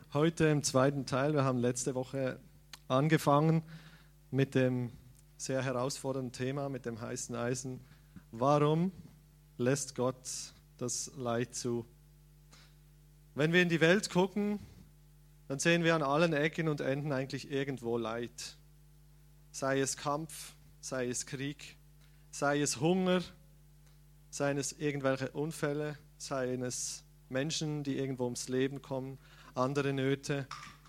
Heute im zweiten Teil. Wir haben letzte Woche angefangen mit dem sehr herausfordernden Thema, mit dem heißen Eisen. Warum lässt Gott das Leid zu? Wenn wir in die Welt gucken, dann sehen wir an allen Ecken und Enden eigentlich irgendwo Leid. Sei es Kampf, sei es Krieg, sei es Hunger, seien es irgendwelche Unfälle, seien es Menschen, die irgendwo ums Leben kommen, andere Nöte.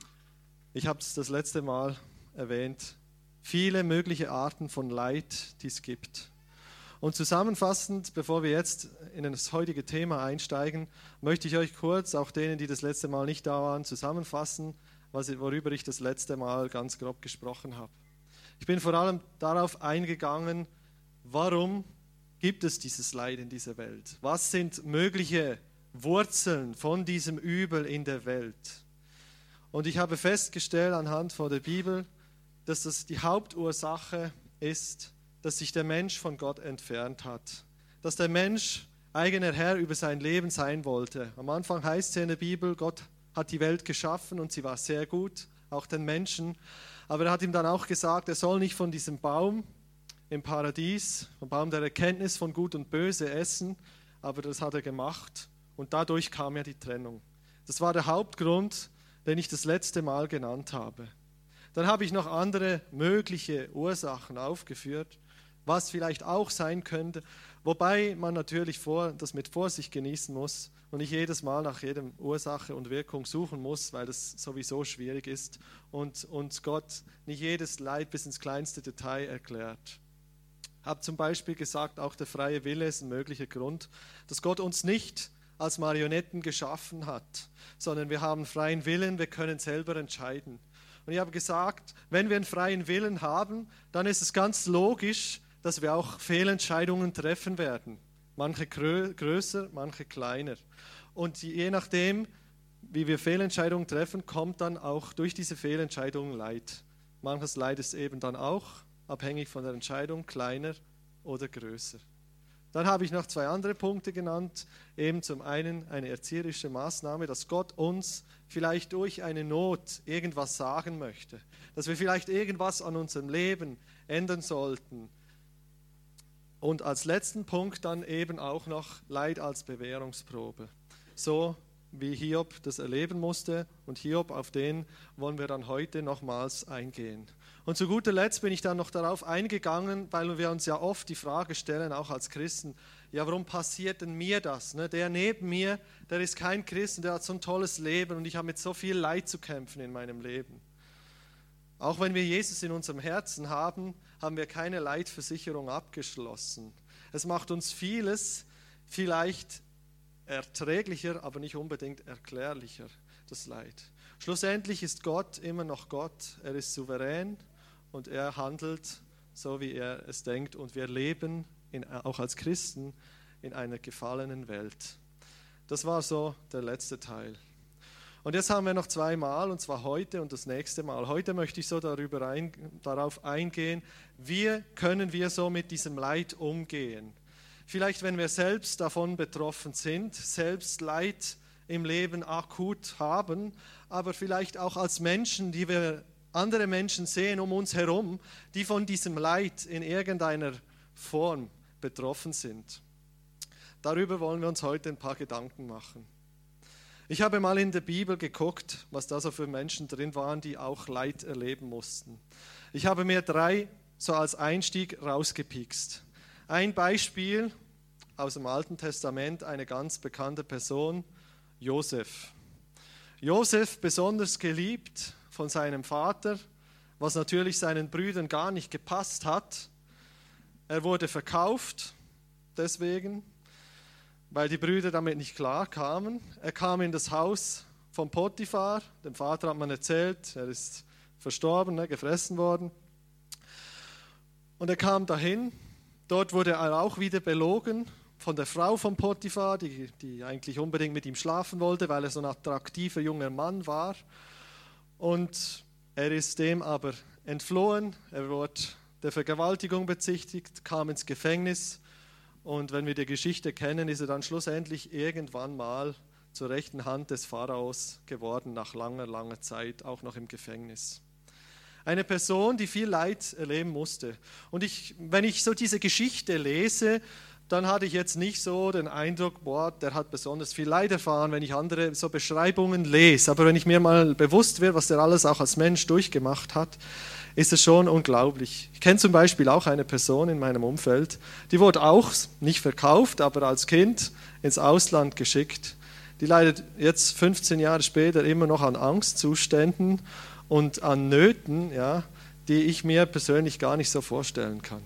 Ich habe es das letzte Mal erwähnt. Viele mögliche Arten von Leid, die es gibt. Und zusammenfassend, bevor wir jetzt in das heutige Thema einsteigen, möchte ich euch kurz, auch denen, die das letzte Mal nicht da waren, zusammenfassen, worüber ich das letzte Mal ganz grob gesprochen habe. Ich bin vor allem darauf eingegangen, warum gibt es dieses Leid in dieser Welt? Was sind mögliche Wurzeln von diesem Übel in der Welt? Und ich habe festgestellt anhand von der Bibel, dass das die Hauptursache ist, dass sich der Mensch von Gott entfernt hat. Dass der Mensch eigener Herr über sein Leben sein wollte. Am Anfang heißt es in der Bibel, Gott hat die Welt geschaffen und sie war sehr gut, auch den Menschen. Aber er hat ihm dann auch gesagt, er soll nicht von diesem Baum im Paradies, vom Baum der Erkenntnis von Gut und Böse essen, aber das hat er gemacht und dadurch kam ja die Trennung. Das war der Hauptgrund, den ich das letzte Mal genannt habe. Dann habe ich noch andere mögliche Ursachen aufgeführt, was vielleicht auch sein könnte, wobei man natürlich das mit Vorsicht genießen muss und nicht jedes Mal nach jedem Ursache und Wirkung suchen muss, weil das sowieso schwierig ist und Gott nicht jedes Leid bis ins kleinste Detail erklärt. Ich habe zum Beispiel gesagt, auch der freie Wille ist ein möglicher Grund, dass Gott uns nicht als Marionetten geschaffen hat, sondern wir haben freien Willen, wir können selber entscheiden. Und ich habe gesagt, wenn wir einen freien Willen haben, dann ist es ganz logisch, dass wir auch Fehlentscheidungen treffen werden. Manche größer, manche kleiner. Und je nachdem, wie wir Fehlentscheidungen treffen, kommt dann auch durch diese Fehlentscheidungen Leid. Manches Leid ist eben dann auch abhängig von der Entscheidung, kleiner oder größer. Dann habe ich noch zwei andere Punkte genannt. Eben zum einen eine erzieherische Maßnahme, dass Gott uns vielleicht durch eine Not irgendwas sagen möchte. Dass wir vielleicht irgendwas an unserem Leben ändern sollten. Und als letzten Punkt dann eben auch noch Leid als Bewährungsprobe. So wie Hiob das erleben musste. Und Hiob, auf den wollen wir dann heute nochmals eingehen. Und zu guter Letzt bin ich dann noch darauf eingegangen, weil wir uns ja oft die Frage stellen, auch als Christen, ja, warum passiert denn mir das? Der neben mir, der ist kein Christ und der hat so ein tolles Leben und ich habe mit so viel Leid zu kämpfen in meinem Leben. Auch wenn wir Jesus in unserem Herzen haben, haben wir keine Leidversicherung abgeschlossen. Es macht uns vieles vielleicht erträglicher, aber nicht unbedingt erklärlicher, das Leid. Schlussendlich ist Gott immer noch Gott, er ist souverän und er handelt so, wie er es denkt und wir leben auch als Christen in einer gefallenen Welt. Das war so der letzte Teil. Und jetzt haben wir noch zweimal, und zwar heute und das nächste Mal. Heute möchte ich so darauf eingehen, wie können wir so mit diesem Leid umgehen. Vielleicht, wenn wir selbst davon betroffen sind, selbst Leid im Leben akut haben, aber vielleicht auch als Menschen, die wir andere Menschen sehen um uns herum, die von diesem Leid in irgendeiner Form betroffen sind. Darüber wollen wir uns heute ein paar Gedanken machen. Ich habe mal in der Bibel geguckt, was da so für Menschen drin waren, die auch Leid erleben mussten. Ich habe mir 3 so als Einstieg rausgepikst. Ein Beispiel aus dem Alten Testament, eine ganz bekannte Person, Josef. Josef besonders geliebt von seinem Vater, was natürlich seinen Brüdern gar nicht gepasst hat. Er wurde verkauft, deswegen, weil die Brüder damit nicht klar kamen. Er kam in das Haus von Potiphar, dem Vater hat man erzählt, er ist verstorben, gefressen worden. Und er kam dahin, dort wurde er auch wieder belogen von der Frau von Potiphar, die eigentlich unbedingt mit ihm schlafen wollte, weil er so ein attraktiver junger Mann war. Und er ist dem aber entflohen, er wurde der Vergewaltigung bezichtigt, kam ins Gefängnis und wenn wir die Geschichte kennen, ist er dann schlussendlich irgendwann mal zur rechten Hand des Pharaos geworden nach langer, langer Zeit, auch noch im Gefängnis. Eine Person, die viel Leid erleben musste. Und wenn ich so diese Geschichte lese, dann hatte ich jetzt nicht so den Eindruck, boah, der hat besonders viel Leid erfahren, wenn ich andere so Beschreibungen lese. Aber wenn ich mir mal bewusst werde, was der alles auch als Mensch durchgemacht hat, ist es schon unglaublich. Ich kenne zum Beispiel auch eine Person in meinem Umfeld, die wurde auch nicht verkauft, aber als Kind ins Ausland geschickt. Die leidet jetzt 15 Jahre später immer noch an Angstzuständen und an Nöten, ja, die ich mir persönlich gar nicht so vorstellen kann.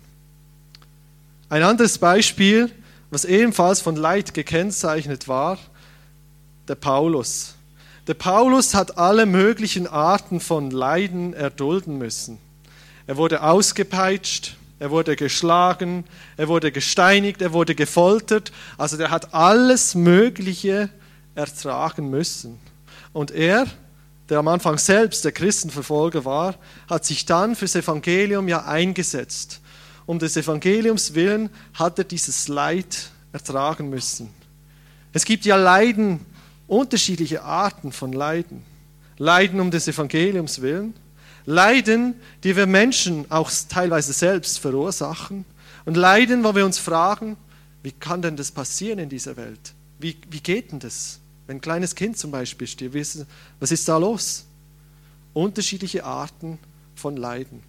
Ein anderes Beispiel, was ebenfalls von Leid gekennzeichnet war, der Paulus. Der Paulus hat alle möglichen Arten von Leiden erdulden müssen. Er wurde ausgepeitscht, er wurde geschlagen, er wurde gesteinigt, er wurde gefoltert. Also der hat alles Mögliche ertragen müssen. Und er, der am Anfang selbst der Christenverfolger war, hat sich dann fürs Evangelium ja eingesetzt. Um des Evangeliums willen hat er dieses Leid ertragen müssen. Es gibt ja Leiden, unterschiedliche Arten von Leiden. Leiden um des Evangeliums willen, Leiden, die wir Menschen auch teilweise selbst verursachen und Leiden, wo wir uns fragen, wie kann denn das passieren in dieser Welt? Wie geht denn das? Wenn ein kleines Kind zum Beispiel stirbt, was ist da los? Unterschiedliche Arten von Leiden.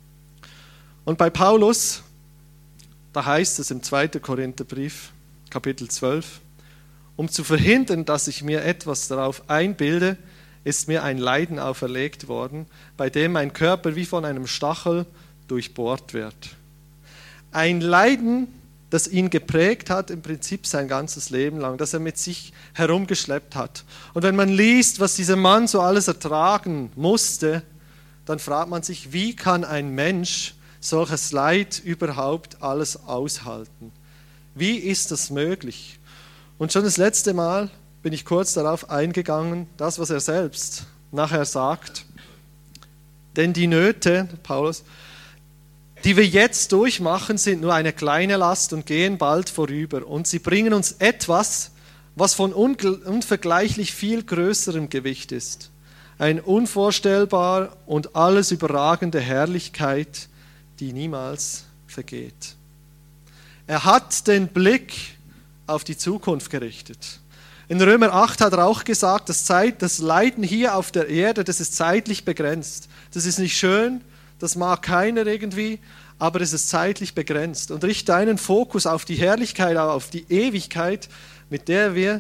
Und bei Paulus, da heißt es im 2. Korintherbrief, Kapitel 12, um zu verhindern, dass ich mir etwas darauf einbilde, ist mir ein Leiden auferlegt worden, bei dem mein Körper wie von einem Stachel durchbohrt wird. Ein Leiden, das ihn geprägt hat, im Prinzip sein ganzes Leben lang, das er mit sich herumgeschleppt hat. Und wenn man liest, was dieser Mann so alles ertragen musste, dann fragt man sich, wie kann ein Mensch solches Leid überhaupt alles aushalten? Wie ist das möglich? Und schon das letzte Mal bin ich kurz darauf eingegangen, das, was er selbst nachher sagt. Denn die Nöte, Paulus, die wir jetzt durchmachen, sind nur eine kleine Last und gehen bald vorüber. Und sie bringen uns etwas, was von unvergleichlich viel größerem Gewicht ist. Eine unvorstellbar und alles überragende Herrlichkeit, die niemals vergeht. Er hat den Blick auf die Zukunft gerichtet. In Römer 8 hat er auch gesagt, das Leiden hier auf der Erde, das ist zeitlich begrenzt. Das ist nicht schön, das mag keiner irgendwie, aber es ist zeitlich begrenzt. Und richte deinen Fokus auf die Herrlichkeit, auf die Ewigkeit, mit der wir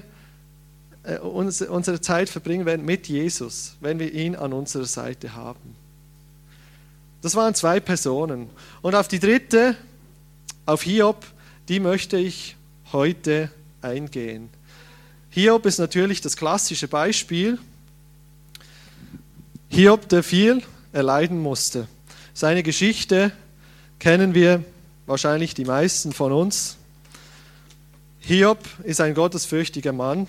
unsere Zeit verbringen werden mit Jesus, wenn wir ihn an unserer Seite haben. Das waren 2 Personen. Und auf die dritte, auf Hiob, die möchte ich heute eingehen. Hiob ist natürlich das klassische Beispiel. Hiob, der viel erleiden musste. Seine Geschichte kennen wir wahrscheinlich die meisten von uns. Hiob ist ein gottesfürchtiger Mann.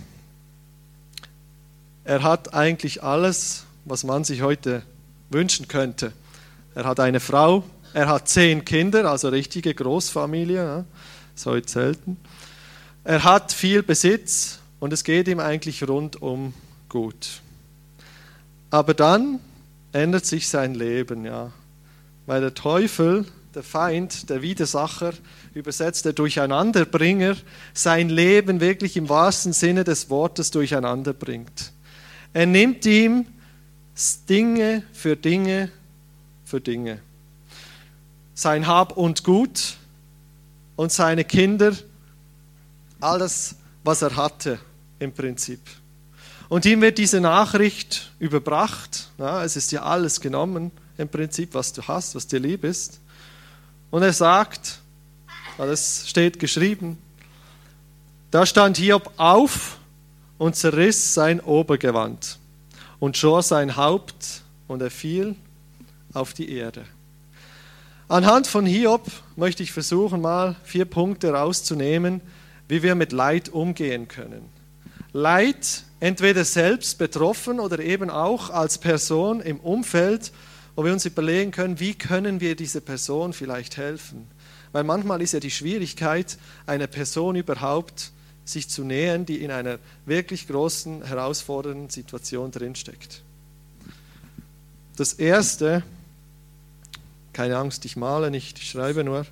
Er hat eigentlich alles, was man sich heute wünschen könnte. Er hat eine Frau, er hat 10 Kinder, also richtige Großfamilie, ja, ist heute selten. Er hat viel Besitz und es geht ihm eigentlich rundum gut. Aber dann ändert sich sein Leben, ja, weil der Teufel, der Feind, der Widersacher, übersetzt der Durcheinanderbringer, sein Leben wirklich im wahrsten Sinne des Wortes durcheinander bringt. Er nimmt ihm Dinge für Dinge für Dinge. Sein Hab und Gut und seine Kinder, alles, was er hatte im Prinzip. Und ihm wird diese Nachricht überbracht. Ja, es ist dir alles genommen im Prinzip, was du hast, was dir lieb ist. Und er sagt, das steht geschrieben, da stand Hiob auf und zerriss sein Obergewand und schor sein Haupt und er fiel auf die Erde. Anhand von Hiob möchte ich versuchen, mal 4 Punkte rauszunehmen, wie wir mit Leid umgehen können. Leid, entweder selbst betroffen oder eben auch als Person im Umfeld, wo wir uns überlegen können, wie können wir dieser Person vielleicht helfen. Weil manchmal ist ja die Schwierigkeit, eine Person überhaupt sich zu nähern, die in einer wirklich großen, herausfordernden Situation drinsteckt. Das Erste, keine Angst, ich male nicht, ich schreibe nur.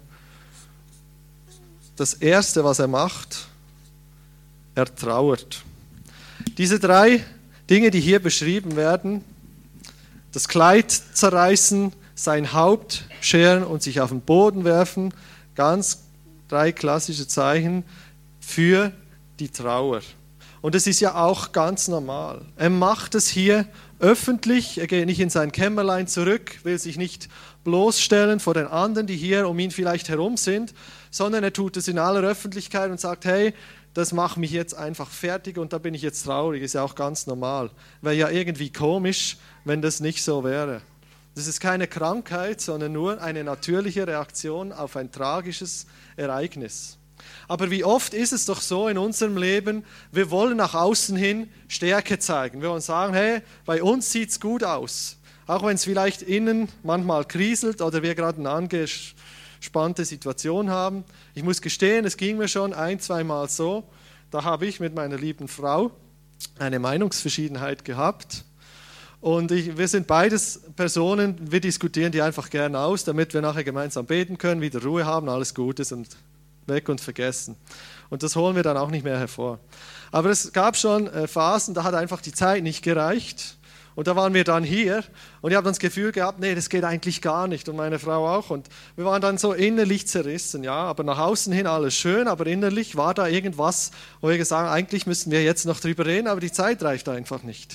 Das Erste, was er macht, er trauert. Diese 3 Dinge, die hier beschrieben werden, das Kleid zerreißen, sein Haupt scheren und sich auf den Boden werfen, 3 klassische Zeichen für die Trauer. Und es ist ja auch ganz normal. Er macht es hier öffentlich, er geht nicht in sein Kämmerlein zurück, will sich nicht bloßstellen vor den anderen, die hier um ihn vielleicht herum sind, sondern er tut es in aller Öffentlichkeit und sagt, hey, das macht mich jetzt einfach fertig und da bin ich jetzt traurig, ist ja auch ganz normal. Wäre ja irgendwie komisch, wenn das nicht so wäre. Das ist keine Krankheit, sondern nur eine natürliche Reaktion auf ein tragisches Ereignis. Aber wie oft ist es doch so in unserem Leben, wir wollen nach außen hin Stärke zeigen. Wir wollen sagen, hey, bei uns sieht es gut aus. Auch wenn es vielleicht innen manchmal kriselt oder wir gerade eine angespannte Situation haben. Ich muss gestehen, es ging mir schon 1-2 Mal so. Da habe ich mit meiner lieben Frau eine Meinungsverschiedenheit gehabt. Und wir sind beides Personen, wir diskutieren die einfach gerne aus, damit wir nachher gemeinsam beten können, wieder Ruhe haben, alles gut ist und weg und vergessen. Und das holen wir dann auch nicht mehr hervor. Aber es gab schon Phasen, da hat einfach die Zeit nicht gereicht. Und da waren wir dann hier und ich habe dann das Gefühl gehabt, nee, das geht eigentlich gar nicht und meine Frau auch. Und wir waren dann so innerlich zerrissen, ja, aber nach außen hin alles schön, aber innerlich war da irgendwas, wo wir gesagt haben, eigentlich müssten wir jetzt noch drüber reden, aber die Zeit reicht einfach nicht.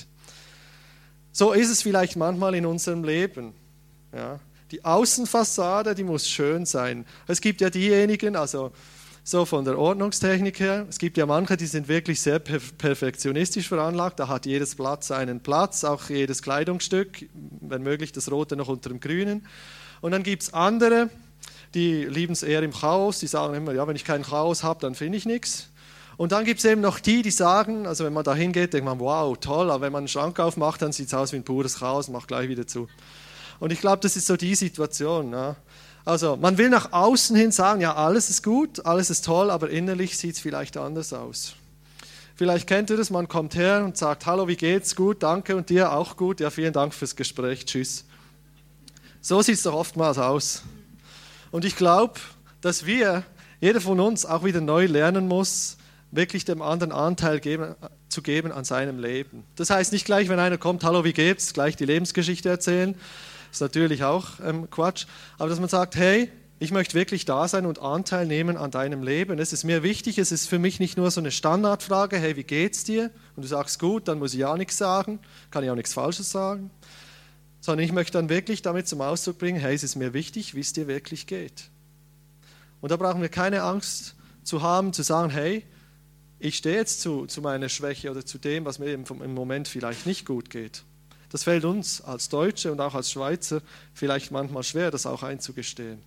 So ist es vielleicht manchmal in unserem Leben, ja. Die Außenfassade, die muss schön sein. Es gibt ja diejenigen, also so von der Ordnungstechnik her, es gibt ja manche, die sind wirklich sehr perfektionistisch veranlagt, da hat jedes Blatt seinen Platz, auch jedes Kleidungsstück, wenn möglich das Rote noch unter dem Grünen. Und dann gibt es andere, die lieben es eher im Chaos, die sagen immer, ja, wenn ich kein Chaos habe, dann finde ich nichts. Und dann gibt es eben noch die sagen, also wenn man da hingeht, denkt man, wow, toll, aber wenn man einen Schrank aufmacht, dann sieht es aus wie ein pures Chaos, macht gleich wieder zu. Und ich glaube, das ist so die Situation. Ja. Also man will nach außen hin sagen, ja, alles ist gut, alles ist toll, aber innerlich sieht es vielleicht anders aus. Vielleicht kennt ihr das, man kommt her und sagt, hallo, wie geht's? Gut, danke und dir auch gut. Ja, vielen Dank fürs Gespräch, tschüss. So sieht es doch oftmals aus. Und ich glaube, dass jeder von uns auch wieder neu lernen muss, wirklich dem anderen Anteil zu geben an seinem Leben. Das heißt nicht gleich, wenn einer kommt, hallo, wie geht's? Gleich die Lebensgeschichte erzählen. Ist natürlich auch Quatsch. Aber dass man sagt, hey, ich möchte wirklich da sein und Anteil nehmen an deinem Leben. Es ist mir wichtig, es ist für mich nicht nur so eine Standardfrage, hey, wie geht's dir? Und du sagst gut, dann muss ich auch nichts sagen, kann ich auch nichts Falsches sagen. Sondern ich möchte dann wirklich damit zum Ausdruck bringen, hey, es ist mir wichtig, wie es dir wirklich geht. Und da brauchen wir keine Angst zu haben, zu sagen, hey, ich stehe jetzt zu meiner Schwäche oder zu dem, was mir im Moment vielleicht nicht gut geht. Das fällt uns als Deutsche und auch als Schweizer vielleicht manchmal schwer, das auch einzugestehen.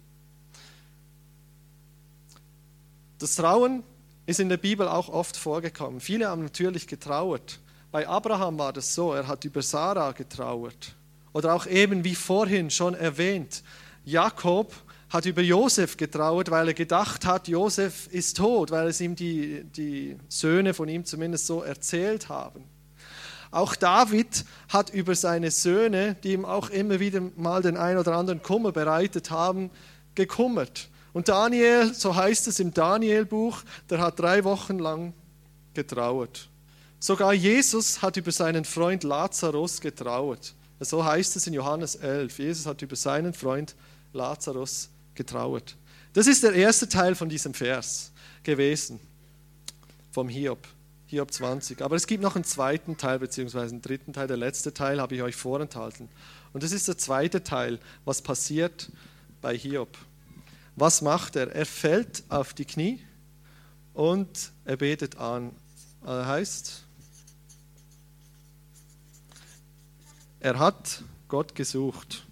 Das Trauen ist in der Bibel auch oft vorgekommen. Viele haben natürlich getrauert. Bei Abraham war das so, er hat über Sarah getrauert. Oder auch eben, wie vorhin schon erwähnt, Jakob hat über Josef getrauert, weil er gedacht hat, Josef ist tot, weil es ihm die Söhne von ihm zumindest so erzählt haben. Auch David hat über seine Söhne, die ihm auch immer wieder mal den ein oder anderen Kummer bereitet haben, gekummert. Und Daniel, so heißt es im Daniel-Buch, der hat 3 Wochen lang getrauert. Sogar Jesus hat über seinen Freund Lazarus getrauert. So heißt es in Johannes 11. Jesus hat über seinen Freund Lazarus getrauert. Das ist der erste Teil von diesem Vers gewesen, vom Hiob 20. Aber es gibt noch einen zweiten Teil, beziehungsweise einen dritten Teil. Der letzte Teil habe ich euch vorenthalten. Und das ist der zweite Teil, was passiert bei Hiob. Was macht er? Er fällt auf die Knie und er betet an. Das heißt, er hat Gott gesucht.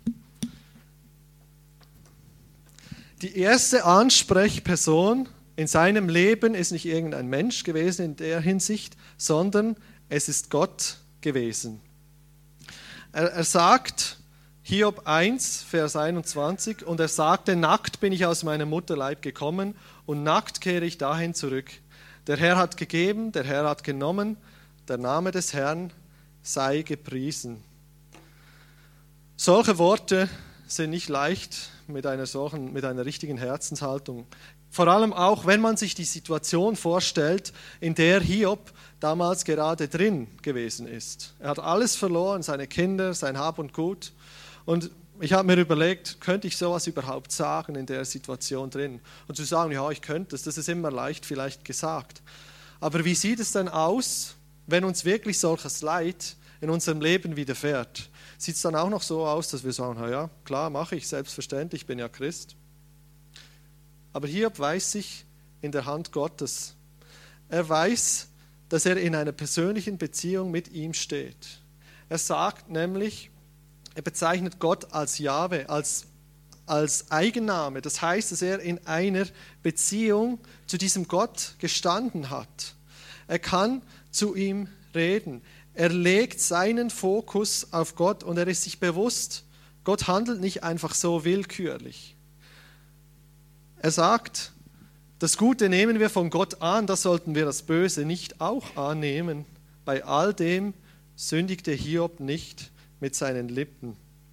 Die erste Ansprechperson in seinem Leben ist nicht irgendein Mensch gewesen in der Hinsicht, sondern es ist Gott gewesen. Er sagt, Hiob 1, Vers 21, und er sagte, nackt bin ich aus meinem Mutterleib gekommen und nackt kehre ich dahin zurück. Der Herr hat gegeben, der Herr hat genommen, der Name des Herrn sei gepriesen. Solche Worte sind nicht leicht mit einer richtigen Herzenshaltung. Vor allem auch, wenn man sich die Situation vorstellt, in der Hiob damals gerade drin gewesen ist. Er hat alles verloren, seine Kinder, sein Hab und Gut. Und ich habe mir überlegt, könnte ich sowas überhaupt sagen in der Situation drin? Und zu sagen, ja, ich könnte es, das ist immer leicht vielleicht gesagt. Aber wie sieht es denn aus, wenn uns wirklich solches Leid in unserem Leben widerfährt? Sieht es dann auch noch so aus, dass wir sagen, na ja, klar, mache ich, selbstverständlich, ich bin ja Christ. Aber Hiob weiß sich in der Hand Gottes. Er weiß, dass er in einer persönlichen Beziehung mit ihm steht. Er sagt nämlich, er bezeichnet Gott als Jahwe, als Eigenname. Das heißt, dass er in einer Beziehung zu diesem Gott gestanden hat. Er kann zu ihm reden. Er legt seinen Fokus auf Gott und er ist sich bewusst, Gott handelt nicht einfach so willkürlich. Er sagt, das Gute nehmen wir von Gott an, das sollten wir das Böse nicht auch annehmen. Bei all dem sündigte Hiob nicht mit seinen Lippen.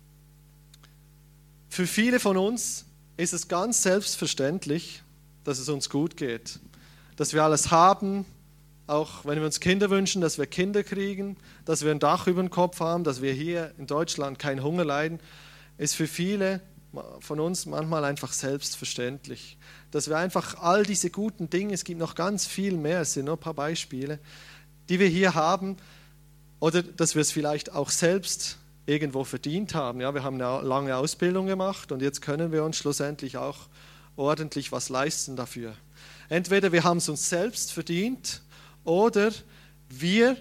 Für viele von uns ist es ganz selbstverständlich, dass es uns gut geht, dass wir alles haben, auch wenn wir uns Kinder wünschen, dass wir Kinder kriegen, dass wir ein Dach über dem Kopf haben, dass wir hier in Deutschland keinen Hunger leiden, ist für viele von uns manchmal einfach selbstverständlich. Dass wir einfach all diese guten Dinge, es gibt noch ganz viel mehr, es sind nur ein paar Beispiele, die wir hier haben, oder dass wir es vielleicht auch selbst irgendwo verdient haben. Ja, wir haben eine lange Ausbildung gemacht und jetzt können wir uns schlussendlich auch ordentlich was leisten dafür. Entweder wir haben es uns selbst verdient oder wir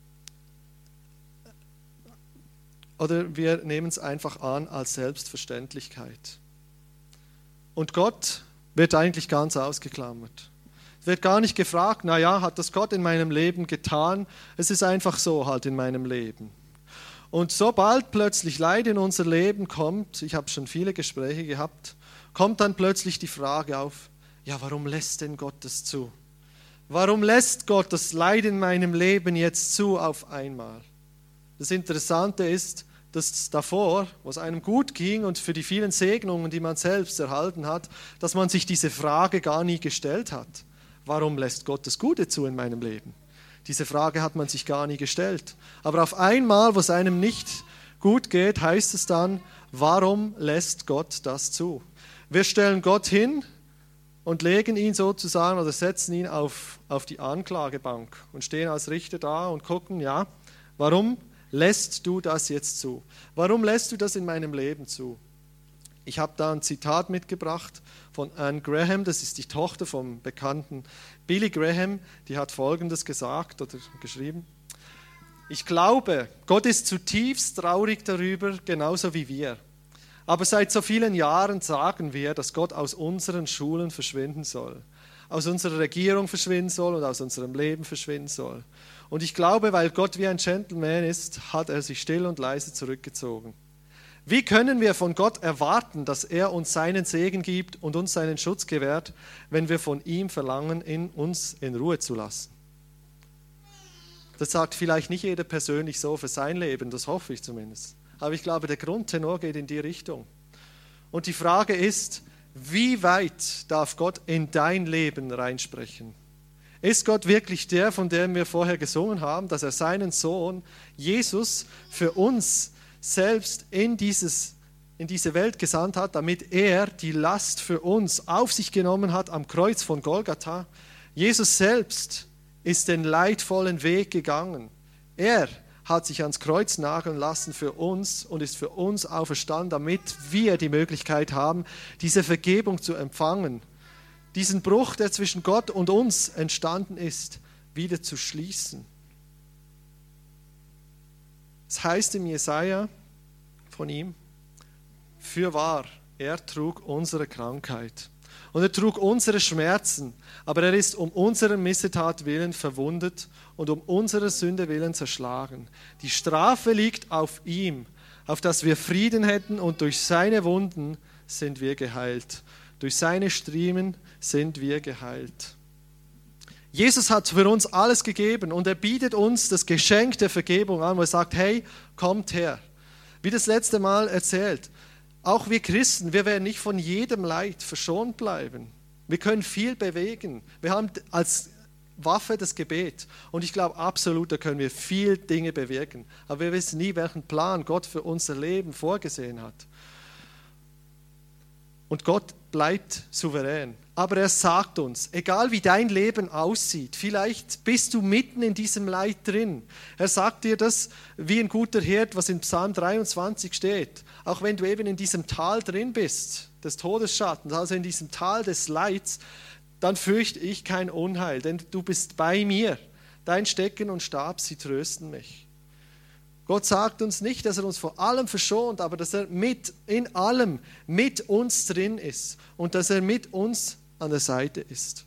nehmen es einfach an als Selbstverständlichkeit. Und Gott wird eigentlich ganz ausgeklammert. Es wird gar nicht gefragt, naja, hat das Gott in meinem Leben getan? Es ist einfach so halt in meinem Leben. Und sobald plötzlich Leid in unser Leben kommt, ich habe schon viele Gespräche gehabt, kommt dann plötzlich die Frage auf, ja, warum lässt denn Gott das zu? Warum lässt Gott das Leid in meinem Leben jetzt zu auf einmal? Das Interessante ist, dass davor, wo es einem gut ging und für die vielen Segnungen, die man selbst erhalten hat, dass man sich diese Frage gar nie gestellt hat. Warum lässt Gott das Gute zu in meinem Leben? Diese Frage hat man sich gar nie gestellt. Aber auf einmal, wo es einem nicht gut geht, heißt es dann, warum lässt Gott das zu? Wir stellen Gott hin und legen ihn sozusagen oder setzen ihn auf die Anklagebank und stehen als Richter da und gucken, ja, warum lässt du das jetzt zu? Warum lässt du das in meinem Leben zu? Ich habe da ein Zitat mitgebracht von Anne Graham, das ist die Tochter vom bekannten Billy Graham, die hat Folgendes gesagt oder geschrieben. Ich glaube, Gott ist zutiefst traurig darüber, genauso wie wir. Aber seit so vielen Jahren sagen wir, dass Gott aus unseren Schulen verschwinden soll, aus unserer Regierung verschwinden soll und aus unserem Leben verschwinden soll. Und ich glaube, weil Gott wie ein Gentleman ist, hat er sich still und leise zurückgezogen. Wie können wir von Gott erwarten, dass er uns seinen Segen gibt und uns seinen Schutz gewährt, wenn wir von ihm verlangen, uns in Ruhe zu lassen? Das sagt vielleicht nicht jeder persönlich so für sein Leben, das hoffe ich zumindest. Aber ich glaube, der Grundtenor geht in die Richtung. Und die Frage ist, wie weit darf Gott in dein Leben reinsprechen? Ist Gott wirklich der, von dem wir vorher gesungen haben, dass er seinen Sohn Jesus für uns selbst in diese Welt gesandt hat, damit er die Last für uns auf sich genommen hat am Kreuz von Golgatha? Jesus selbst ist den leidvollen Weg gegangen. Er hat sich ans Kreuz nageln lassen für uns und ist für uns auferstanden, damit wir die Möglichkeit haben, diese Vergebung zu empfangen, diesen Bruch, der zwischen Gott und uns entstanden ist, wieder zu schließen. Es heißt im Jesaja von ihm, fürwahr, er trug unsere Krankheit und er trug unsere Schmerzen, aber er ist um unserer Missetat willen verwundet und um unserer Sünde willen zerschlagen. Die Strafe liegt auf ihm, auf dass wir Frieden hätten, und durch seine Wunden sind wir geheilt. Durch seine Striemen sind wir geheilt. Jesus hat für uns alles gegeben und er bietet uns das Geschenk der Vergebung an, wo er sagt, hey, kommt her. Wie das letzte Mal erzählt, auch wir Christen, wir werden nicht von jedem Leid verschont bleiben. Wir können viel bewegen. Wir haben als Waffe das Gebet. Und ich glaube absolut, da können wir viel Dinge bewirken. Aber wir wissen nie, welchen Plan Gott für unser Leben vorgesehen hat. Und Gott bleibt souverän. Aber er sagt uns, egal wie dein Leben aussieht, vielleicht bist du mitten in diesem Leid drin. Er sagt dir das wie ein guter Hirt, was in Psalm 23 steht. Auch wenn du eben in diesem Tal drin bist, des Todesschattens, also in diesem Tal des Leids, dann fürchte ich kein Unheil, denn du bist bei mir. Dein Stecken und Stab, sie trösten mich. Gott sagt uns nicht, dass er uns vor allem verschont, aber dass er in allem mit uns drin ist und dass er mit uns an der Seite ist.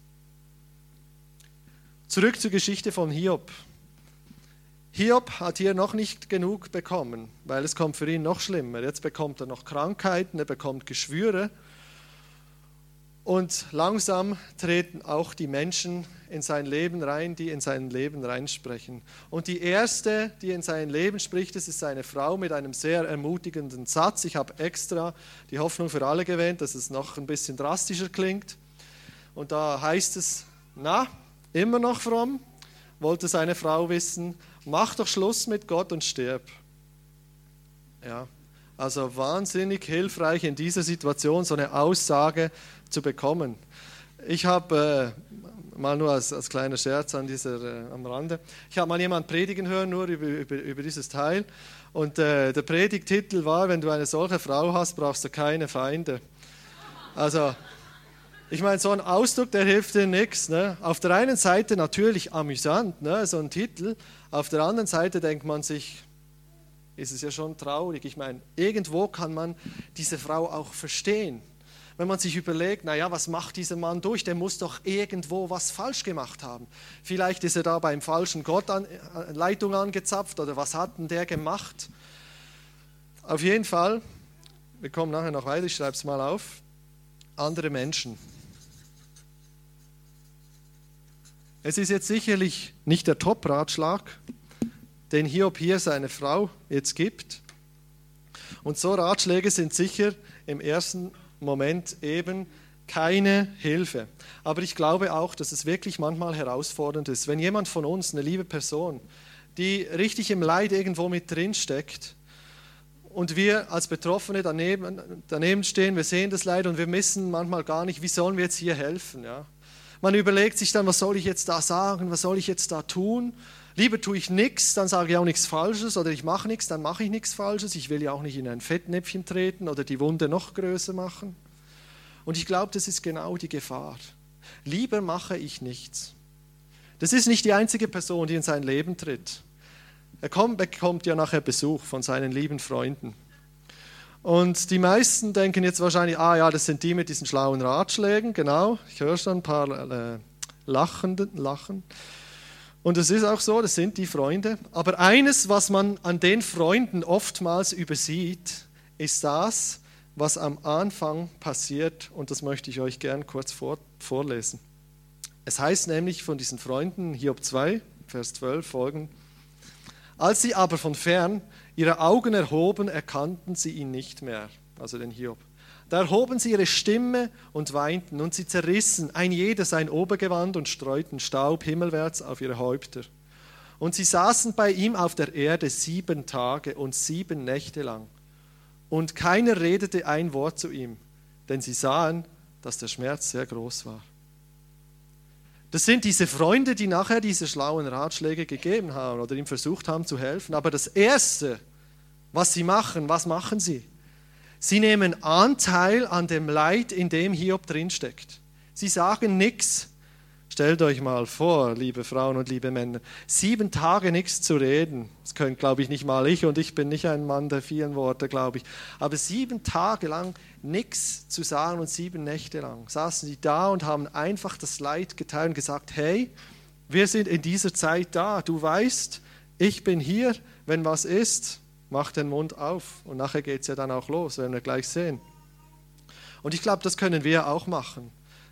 Zurück zur Geschichte von Hiob. Hiob hat hier noch nicht genug bekommen, weil es kommt für ihn noch schlimmer. Jetzt bekommt er noch Krankheiten, er bekommt Geschwüre. Und langsam treten auch die Menschen in sein Leben rein, die in sein Leben reinsprechen. Und die erste, die in sein Leben spricht, das ist seine Frau mit einem sehr ermutigenden Satz. Ich habe extra die Hoffnung für alle gewählt, dass es noch ein bisschen drastischer klingt. Und da heißt es, na, immer noch fromm, wollte seine Frau wissen, mach doch Schluss mit Gott und stirb. Ja, also wahnsinnig hilfreich in dieser Situation, so eine Aussage zu bekommen. Ich habe, mal nur als kleiner Scherz am Rande, ich habe mal jemanden predigen hören, nur über dieses Teil. Und der Predigtitel war, wenn du eine solche Frau hast, brauchst du keine Feinde. Also, ich meine, so ein Ausdruck, der hilft dir nichts. Ne? Auf der einen Seite natürlich amüsant, ne? So ein Titel. Auf der anderen Seite denkt man sich, ist es ja schon traurig. Ich meine, irgendwo kann man diese Frau auch verstehen. Wenn man sich überlegt, naja, was macht dieser Mann durch? Der muss doch irgendwo was falsch gemacht haben. Vielleicht ist er da beim falschen Gott Leitung angezapft oder was hat denn der gemacht? Auf jeden Fall, wir kommen nachher noch weiter, ich schreibe es mal auf, andere Menschen. Es ist jetzt sicherlich nicht der Top-Ratschlag, den Hiob hier seine Frau jetzt gibt. Und so Ratschläge sind sicher im ersten Moment eben keine Hilfe. Aber ich glaube auch, dass es wirklich manchmal herausfordernd ist, wenn jemand von uns, eine liebe Person, die richtig im Leid irgendwo mit drin steckt und wir als Betroffene daneben stehen, wir sehen das Leid und wir wissen manchmal gar nicht, wie sollen wir jetzt hier helfen. Ja? Man überlegt sich dann, was soll ich jetzt da sagen, was soll ich jetzt da tun? Lieber tue ich nichts, dann sage ich auch nichts Falsches, oder ich mache nichts, dann mache ich nichts Falsches. Ich will ja auch nicht in ein Fettnäpfchen treten oder die Wunde noch größer machen. Und ich glaube, das ist genau die Gefahr. Lieber mache ich nichts. Das ist nicht die einzige Person, die in sein Leben tritt. Er bekommt ja nachher Besuch von seinen lieben Freunden. Und die meisten denken jetzt wahrscheinlich, ja, das sind die mit diesen schlauen Ratschlägen, genau. Ich höre schon ein paar Lachen. Und es ist auch so, das sind die Freunde. Aber eines, was man an den Freunden oftmals übersieht, ist das, was am Anfang passiert. Und das möchte ich euch gern kurz vorlesen. Es heißt nämlich von diesen Freunden, Hiob 2, Vers 12 folgend: Als sie aber von fern ihre Augen erhoben, erkannten sie ihn nicht mehr, also den Hiob. Da erhoben sie ihre Stimme und weinten, und sie zerrissen ein jeder sein Obergewand und streuten Staub himmelwärts auf ihre Häupter. Und sie saßen bei ihm auf der Erde 7 Tage und 7 Nächte lang. Und keiner redete ein Wort zu ihm, denn sie sahen, dass der Schmerz sehr groß war. Das sind diese Freunde, die nachher diese schlauen Ratschläge gegeben haben oder ihm versucht haben zu helfen. Aber das Erste, was machen sie? Sie nehmen Anteil an dem Leid, in dem Hiob drinsteckt. Sie sagen nichts. Stellt euch mal vor, liebe Frauen und liebe Männer, 7 Tage nichts zu reden. Das können, glaube ich, nicht mal ich, und ich bin nicht ein Mann der vielen Worte, glaube ich. Aber 7 Tage lang nichts zu sagen und 7 Nächte lang saßen sie da und haben einfach das Leid geteilt und gesagt, hey, wir sind in dieser Zeit da. Du weißt, ich bin hier, wenn was ist. Mach den Mund auf, und nachher geht es ja dann auch los, werden wir gleich sehen. Und ich glaube, das können wir auch machen.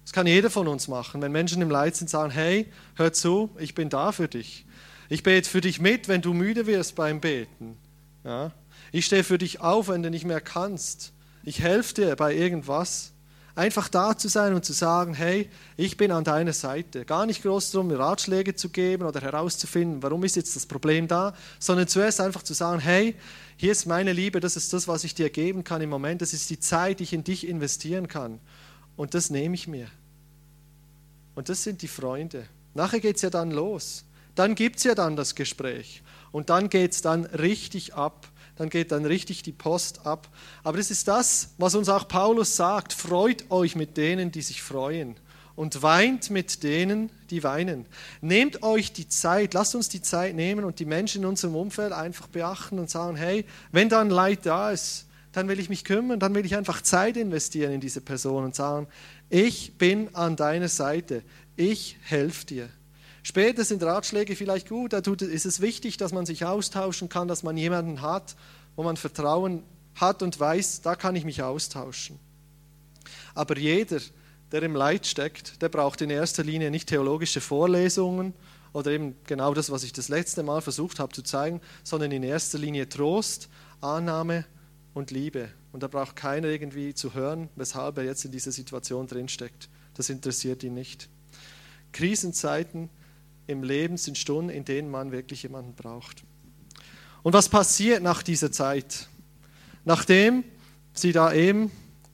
Das kann jeder von uns machen. Wenn Menschen im Leid sind, sagen, hey, hör zu, ich bin da für dich. Ich bete für dich mit, wenn du müde wirst beim Beten. Ja? Ich stehe für dich auf, wenn du nicht mehr kannst. Ich helfe dir bei irgendwas. Einfach da zu sein und zu sagen, hey, ich bin an deiner Seite. Gar nicht groß darum, Ratschläge zu geben oder herauszufinden, warum ist jetzt das Problem da, sondern zuerst einfach zu sagen, hey, hier ist meine Liebe, das ist das, was ich dir geben kann im Moment. Das ist die Zeit, die ich in dich investieren kann. Und das nehme ich mir. Und das sind die Freunde. Nachher geht es ja dann los. Dann gibt es ja dann das Gespräch. Und dann geht es dann richtig ab. Dann geht dann richtig die Post ab. Aber das ist das, was uns auch Paulus sagt. Freut euch mit denen, die sich freuen. Und weint mit denen, die weinen. Nehmt euch die Zeit, lasst uns die Zeit nehmen und die Menschen in unserem Umfeld einfach beachten und sagen, hey, wenn da ein Leid da ist, dann will ich mich kümmern, dann will ich einfach Zeit investieren in diese Person und sagen, ich bin an deiner Seite, ich helfe dir. Später sind Ratschläge vielleicht gut, da ist es wichtig, dass man sich austauschen kann, dass man jemanden hat, wo man Vertrauen hat und weiß, da kann ich mich austauschen. Aber jeder, der im Leid steckt, der braucht in erster Linie nicht theologische Vorlesungen oder eben genau das, was ich das letzte Mal versucht habe zu zeigen, sondern in erster Linie Trost, Annahme und Liebe. Und da braucht keiner irgendwie zu hören, weshalb er jetzt in dieser Situation drinsteckt. Das interessiert ihn nicht. Krisenzeiten im Leben sind Stunden, in denen man wirklich jemanden braucht. Und was passiert nach dieser Zeit? Nachdem sie da eben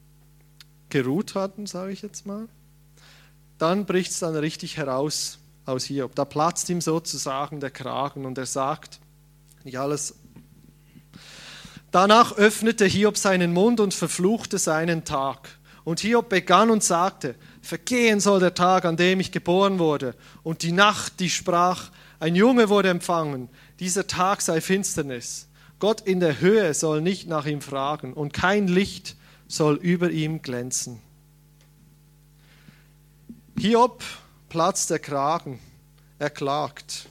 geruht hatten, sage ich jetzt mal, dann bricht es dann richtig heraus aus Hiob. Da platzt ihm sozusagen der Kragen und er sagt, nicht alles. Danach öffnete Hiob seinen Mund und verfluchte seinen Tag. Und Hiob begann und sagte, vergehen soll der Tag, an dem ich geboren wurde. Und die Nacht, die sprach, ein Junge wurde empfangen. Dieser Tag sei Finsternis. Gott in der Höhe soll nicht nach ihm fragen und kein Licht soll über ihm glänzen. Hiob platzt der Kragen. Er klagt.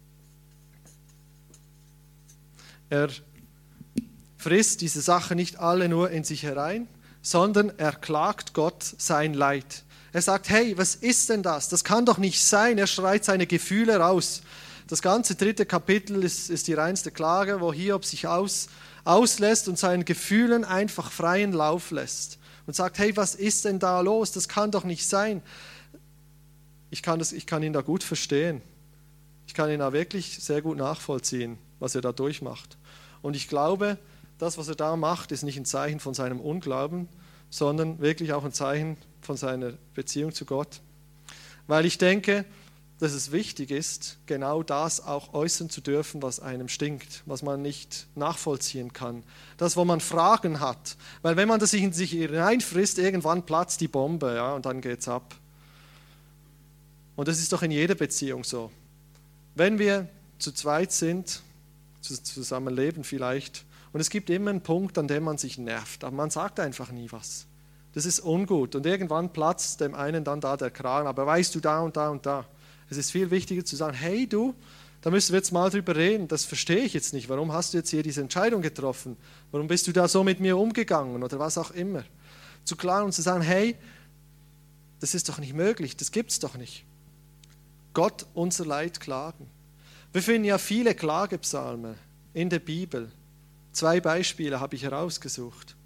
Er frisst diese Sache nicht alle nur in sich herein, sondern er klagt Gott sein Leid. Er sagt, hey, was ist denn das? Das kann doch nicht sein. Er schreit seine Gefühle raus. Das ganze 3. Kapitel ist die reinste Klage, wo Hiob sich auslässt und seinen Gefühlen einfach freien Lauf lässt. Und sagt, hey, was ist denn da los? Das kann doch nicht sein. Ich kann ihn da gut verstehen. Ich kann ihn da wirklich sehr gut nachvollziehen, was er da durchmacht. Und ich glaube, das, was er da macht, ist nicht ein Zeichen von seinem Unglauben, sondern wirklich auch ein Zeichen von seiner Beziehung zu Gott. Weil ich denke, dass es wichtig ist, genau das auch äußern zu dürfen, was einem stinkt, was man nicht nachvollziehen kann. Das, wo man Fragen hat. Weil wenn man das in sich hineinfrisst, irgendwann platzt die Bombe, ja, und dann geht's ab. Und das ist doch in jeder Beziehung so. Wenn wir zu zweit sind, zusammen leben vielleicht, und es gibt immer einen Punkt, an dem man sich nervt, aber man sagt einfach nie was. Das ist ungut und irgendwann platzt dem einen dann da der Kragen, aber weißt du, da und da und da. Es ist viel wichtiger zu sagen, hey du, da müssen wir jetzt mal drüber reden, das verstehe ich jetzt nicht, warum hast du jetzt hier diese Entscheidung getroffen, warum bist du da so mit mir umgegangen oder was auch immer. Zu klagen und zu sagen, hey, das ist doch nicht möglich, das gibt es doch nicht. Gott unser Leid klagen. Wir finden ja viele Klagepsalme in der Bibel. 2 Beispiele habe ich herausgesucht.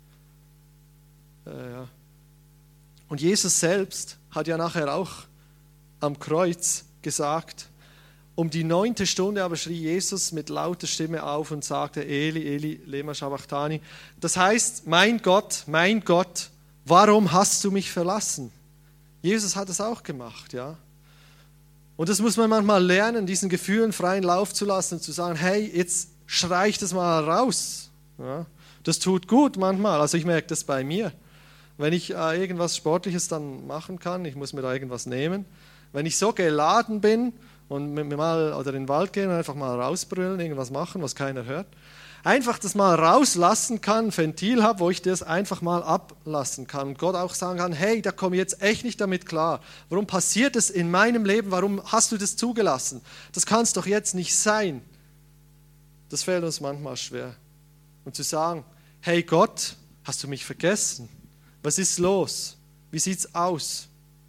Ja. Und Jesus selbst hat ja nachher auch am Kreuz gesagt, um die 9. Stunde aber schrie Jesus mit lauter Stimme auf und sagte, Eli, Eli, lema sabachthani. Das heißt, mein Gott, warum hast du mich verlassen? Jesus hat es auch gemacht, ja. Und das muss man manchmal lernen, diesen Gefühlen freien Lauf zu lassen und zu sagen, hey, jetzt schrei ich das mal raus. Ja, das tut gut manchmal, also ich merke das bei mir. Wenn ich irgendwas Sportliches dann machen kann, ich muss mir da irgendwas nehmen, wenn ich so geladen bin und mit mir mal oder in den Wald gehen und einfach mal rausbrüllen, irgendwas machen, was keiner hört, einfach das mal rauslassen kann, ein Ventil habe, wo ich das einfach mal ablassen kann und Gott auch sagen kann, hey, da komme ich jetzt echt nicht damit klar. Warum passiert das in meinem Leben? Warum hast du das zugelassen? Das kann es doch jetzt nicht sein. Das fällt uns manchmal schwer. Und zu sagen, hey Gott, hast du mich vergessen? Was ist los? Wie sieht es aus?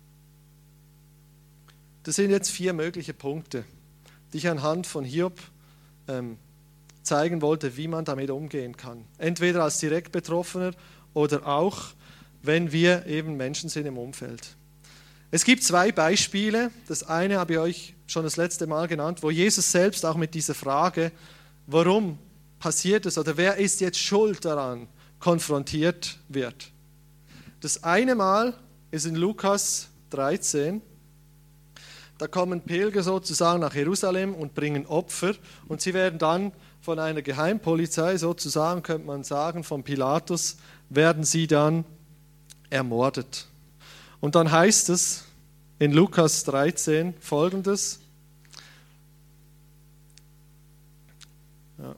Das sind jetzt 4 mögliche Punkte, die ich anhand von Hiob zeigen wollte, wie man damit umgehen kann. Entweder als direkt Betroffener oder auch, wenn wir eben Menschen sind im Umfeld. Es gibt 2 Beispiele. Das eine habe ich euch schon das letzte Mal genannt, wo Jesus selbst auch mit dieser Frage, warum passiert es oder wer ist jetzt schuld daran, konfrontiert wird. Das eine Mal ist in Lukas 13. Da kommen Pilger sozusagen nach Jerusalem und bringen Opfer und sie werden dann von einer Geheimpolizei sozusagen, könnte man sagen, von Pilatus, werden sie dann ermordet. Und dann heißt es in Lukas 13 Folgendes. Ja.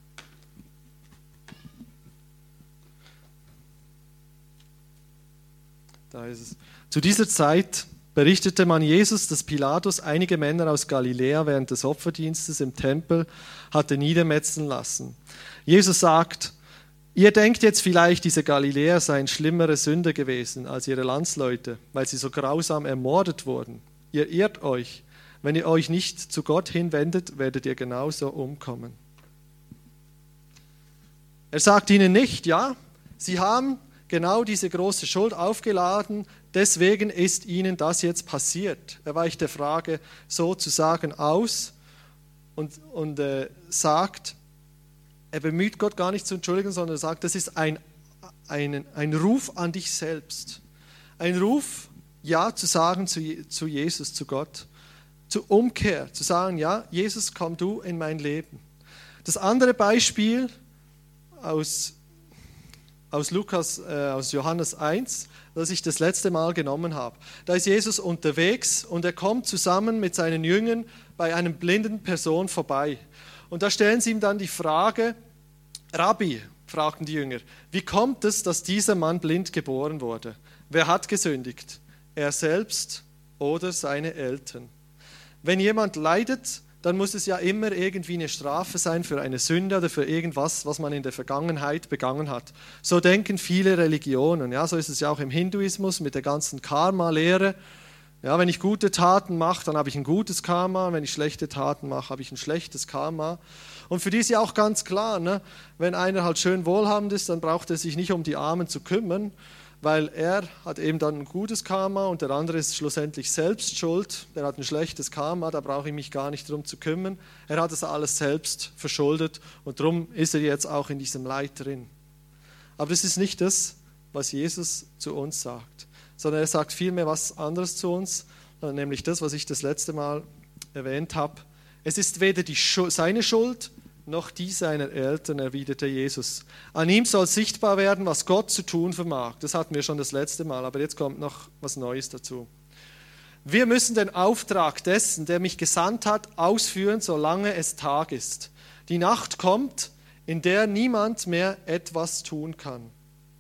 Da ist es. Zu dieser Zeit berichtete man Jesus, dass Pilatus einige Männer aus Galiläa während des Opferdienstes im Tempel hatte niedermetzeln lassen. Jesus sagt, ihr denkt jetzt vielleicht, diese Galiläer seien schlimmere Sünder gewesen als ihre Landsleute, weil sie so grausam ermordet wurden. Ihr irrt euch. Wenn ihr euch nicht zu Gott hinwendet, werdet ihr genauso umkommen. Er sagt ihnen nicht, ja, sie haben genau diese große Schuld aufgeladen, deswegen ist ihnen das jetzt passiert. Er weicht der Frage sozusagen aus und sagt, er bemüht Gott gar nicht zu entschuldigen, sondern er sagt, das ist ein Ruf an dich selbst. Ein Ruf, ja zu sagen zu Jesus, zu Gott, zur Umkehr, zu sagen, ja, Jesus, komm du in mein Leben. Das andere Beispiel aus Johannes 1, das ich das letzte Mal genommen habe. Da ist Jesus unterwegs und er kommt zusammen mit seinen Jüngern bei einer blinden Person vorbei. Und da stellen sie ihm dann die Frage, Rabbi, fragten die Jünger, wie kommt es, dass dieser Mann blind geboren wurde? Wer hat gesündigt? Er selbst oder seine Eltern? Wenn jemand leidet, dann muss es ja immer irgendwie eine Strafe sein für eine Sünde oder für irgendwas, was man in der Vergangenheit begangen hat. So denken viele Religionen. Ja, so ist es ja auch im Hinduismus mit der ganzen Karma-Lehre. Ja, wenn ich gute Taten mache, dann habe ich ein gutes Karma. Wenn ich schlechte Taten mache, habe ich ein schlechtes Karma. Und für die ist ja auch ganz klar, ne, wenn einer halt schön wohlhabend ist, dann braucht er sich nicht um die Armen zu kümmern, weil er hat eben dann ein gutes Karma und der andere ist schlussendlich selbst schuld. Der hat ein schlechtes Karma, da brauche ich mich gar nicht drum zu kümmern. Er hat das alles selbst verschuldet und darum ist er jetzt auch in diesem Leid drin. Aber das ist nicht das, was Jesus zu uns sagt, sondern er sagt vielmehr was anderes zu uns, nämlich das, was ich das letzte Mal erwähnt habe. Es ist weder seine Schuld, noch die seiner Eltern, erwiderte Jesus. An ihm soll sichtbar werden, was Gott zu tun vermag. Das hatten wir schon das letzte Mal, aber jetzt kommt noch was Neues dazu. Wir müssen den Auftrag dessen, der mich gesandt hat, ausführen, solange es Tag ist. Die Nacht kommt, in der niemand mehr etwas tun kann.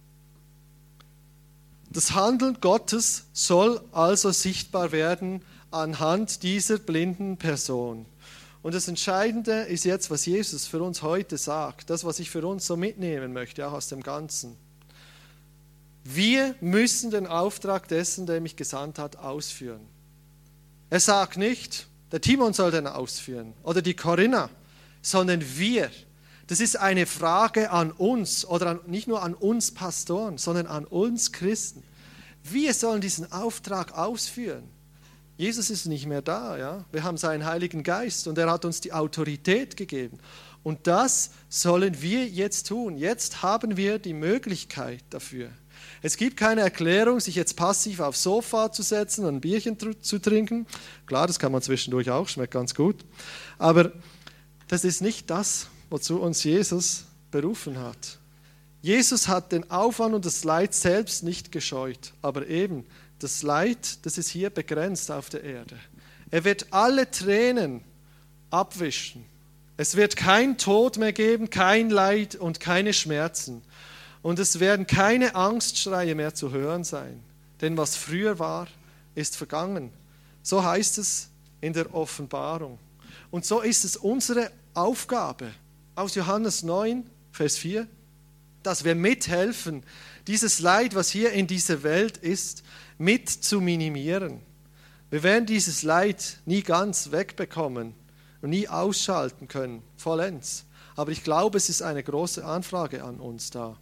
Das Handeln Gottes soll also sichtbar werden anhand dieser blinden Person. Und das Entscheidende ist jetzt, was Jesus für uns heute sagt, das, was ich für uns so mitnehmen möchte, auch aus dem Ganzen. Wir müssen den Auftrag dessen, der mich gesandt hat, ausführen. Er sagt nicht, der Timon soll den ausführen oder die Corinna, sondern wir. Das ist eine Frage an uns oder nicht nur an uns Pastoren, sondern an uns Christen. Wir sollen diesen Auftrag ausführen. Jesus ist nicht mehr da, ja? Wir haben seinen Heiligen Geist und er hat uns die Autorität gegeben. Und das sollen wir jetzt tun. Jetzt haben wir die Möglichkeit dafür. Es gibt keine Erklärung, sich jetzt passiv aufs Sofa zu setzen und ein Bierchen zu trinken. Klar, das kann man zwischendurch auch, schmeckt ganz gut. Aber das ist nicht das, wozu uns Jesus berufen hat. Jesus hat den Aufwand und das Leid selbst nicht gescheut, aber eben das Leid, das ist hier begrenzt auf der Erde. Er wird alle Tränen abwischen. Es wird kein Tod mehr geben, kein Leid und keine Schmerzen. Und es werden keine Angstschreie mehr zu hören sein. Denn was früher war, ist vergangen. So heißt es in der Offenbarung. Und so ist es unsere Aufgabe aus Johannes 9, Vers 4, dass wir mithelfen, dieses Leid, was hier in dieser Welt ist, mit zu minimieren. Wir werden dieses Leid nie ganz wegbekommen und nie ausschalten können, vollends. Aber ich glaube, es ist eine große Anfrage an uns da.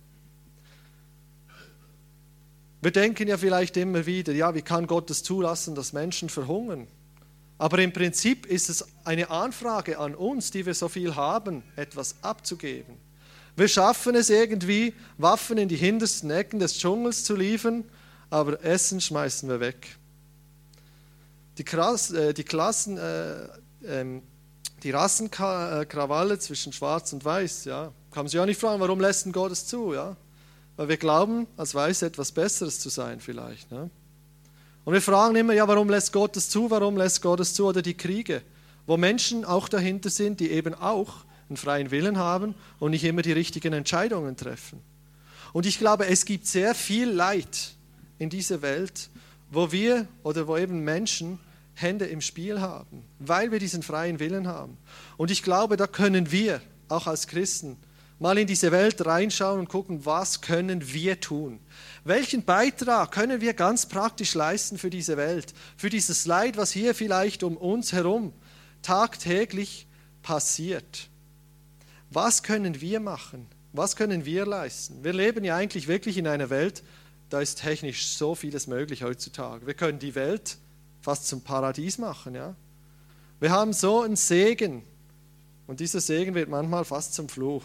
Wir denken ja vielleicht immer wieder, ja, wie kann Gott es zulassen, dass Menschen verhungern? Aber im Prinzip ist es eine Anfrage an uns, die wir so viel haben, etwas abzugeben. Wir schaffen es irgendwie, Waffen in die hintersten Ecken des Dschungels zu liefern, aber Essen schmeißen wir weg. Die Rassenkrawalle zwischen Schwarz und Weiß, ja, kann man sich auch nicht fragen, warum lässt denn Gott es zu, ja? Weil wir glauben, als Weiße etwas Besseres zu sein vielleicht. Ne? Und wir fragen immer, ja, warum lässt Gott es zu, warum lässt Gott es zu? Oder die Kriege, wo Menschen auch dahinter sind, die eben auch einen freien Willen haben und nicht immer die richtigen Entscheidungen treffen. Und ich glaube, es gibt sehr viel Leid in dieser Welt, wo wir oder wo eben Menschen Hände im Spiel haben, weil wir diesen freien Willen haben. Und ich glaube, da können wir, auch als Christen, mal in diese Welt reinschauen und gucken, was können wir tun? Welchen Beitrag können wir ganz praktisch leisten für diese Welt? Für dieses Leid, was hier vielleicht um uns herum tagtäglich passiert. Was können wir machen? Was können wir leisten? Wir leben ja eigentlich wirklich in einer Welt, da ist technisch so vieles möglich heutzutage. Wir können die Welt fast zum Paradies machen. Ja? Wir haben so einen Segen und dieser Segen wird manchmal fast zum Fluch.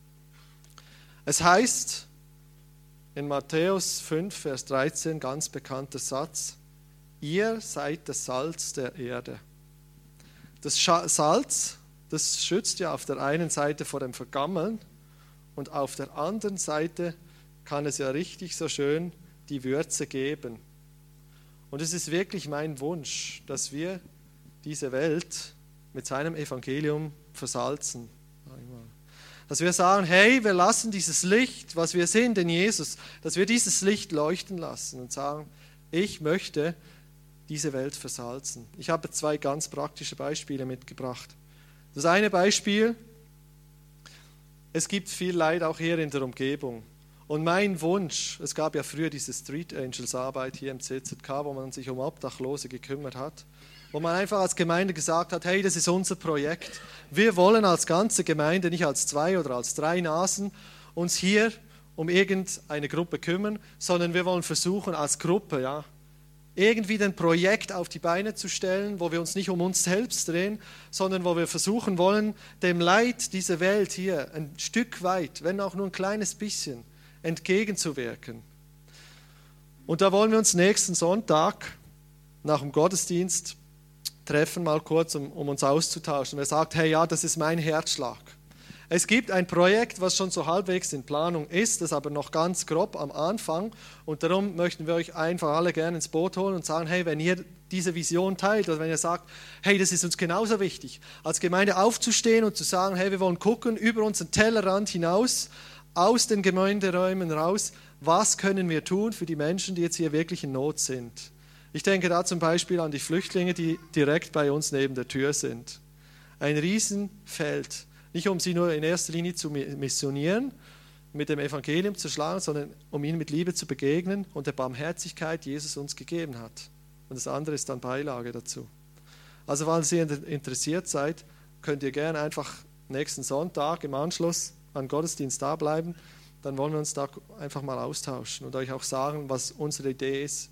Es heißt in Matthäus 5, Vers 13, ganz bekannter Satz, ihr seid das Salz der Erde. Das Salz, das schützt ja auf der einen Seite vor dem Vergammeln und auf der anderen Seite kann es ja richtig so schön die Würze geben. Und es ist wirklich mein Wunsch, dass wir diese Welt mit seinem Evangelium versalzen. Dass wir sagen, hey, wir lassen dieses Licht, was wir sind in Jesus, dass wir dieses Licht leuchten lassen und sagen, ich möchte diese Welt versalzen. Ich habe 2 ganz praktische Beispiele mitgebracht. Das eine Beispiel, es gibt viel Leid auch hier in der Umgebung. Und mein Wunsch, es gab ja früher diese Street Angels Arbeit hier im CZK, wo man sich um Obdachlose gekümmert hat, wo man einfach als Gemeinde gesagt hat, hey, das ist unser Projekt. Wir wollen als ganze Gemeinde, nicht als 2 oder als 3 Nasen, uns hier um irgendeine Gruppe kümmern, sondern wir wollen versuchen als Gruppe, ja, irgendwie ein Projekt auf die Beine zu stellen, wo wir uns nicht um uns selbst drehen, sondern wo wir versuchen wollen, dem Leid dieser Welt hier ein Stück weit, wenn auch nur ein kleines bisschen, entgegenzuwirken. Und da wollen wir uns nächsten Sonntag nach dem Gottesdienst treffen, mal kurz, um uns auszutauschen. Wer sagt, hey, ja, das ist mein Herzschlag. Es gibt ein Projekt, was schon so halbwegs in Planung ist, das aber noch ganz grob am Anfang. Und darum möchten wir euch einfach alle gerne ins Boot holen und sagen, hey, wenn ihr diese Vision teilt oder wenn ihr sagt, hey, das ist uns genauso wichtig, als Gemeinde aufzustehen und zu sagen, hey, wir wollen gucken über unseren Tellerrand hinaus, aus den Gemeinderäumen raus, was können wir tun für die Menschen, die jetzt hier wirklich in Not sind. Ich denke da zum Beispiel an die Flüchtlinge, die direkt bei uns neben der Tür sind. Ein Riesenfeld. Nicht um sie nur in erster Linie zu missionieren, mit dem Evangelium zu schlagen, sondern um ihnen mit Liebe zu begegnen und der Barmherzigkeit, die Jesus uns gegeben hat. Und das andere ist dann Beilage dazu. Also, falls ihr interessiert seid, könnt ihr gerne einfach nächsten Sonntag im Anschluss an den Gottesdienst da bleiben. Dann wollen wir uns da einfach mal austauschen und euch auch sagen, was unsere Idee ist.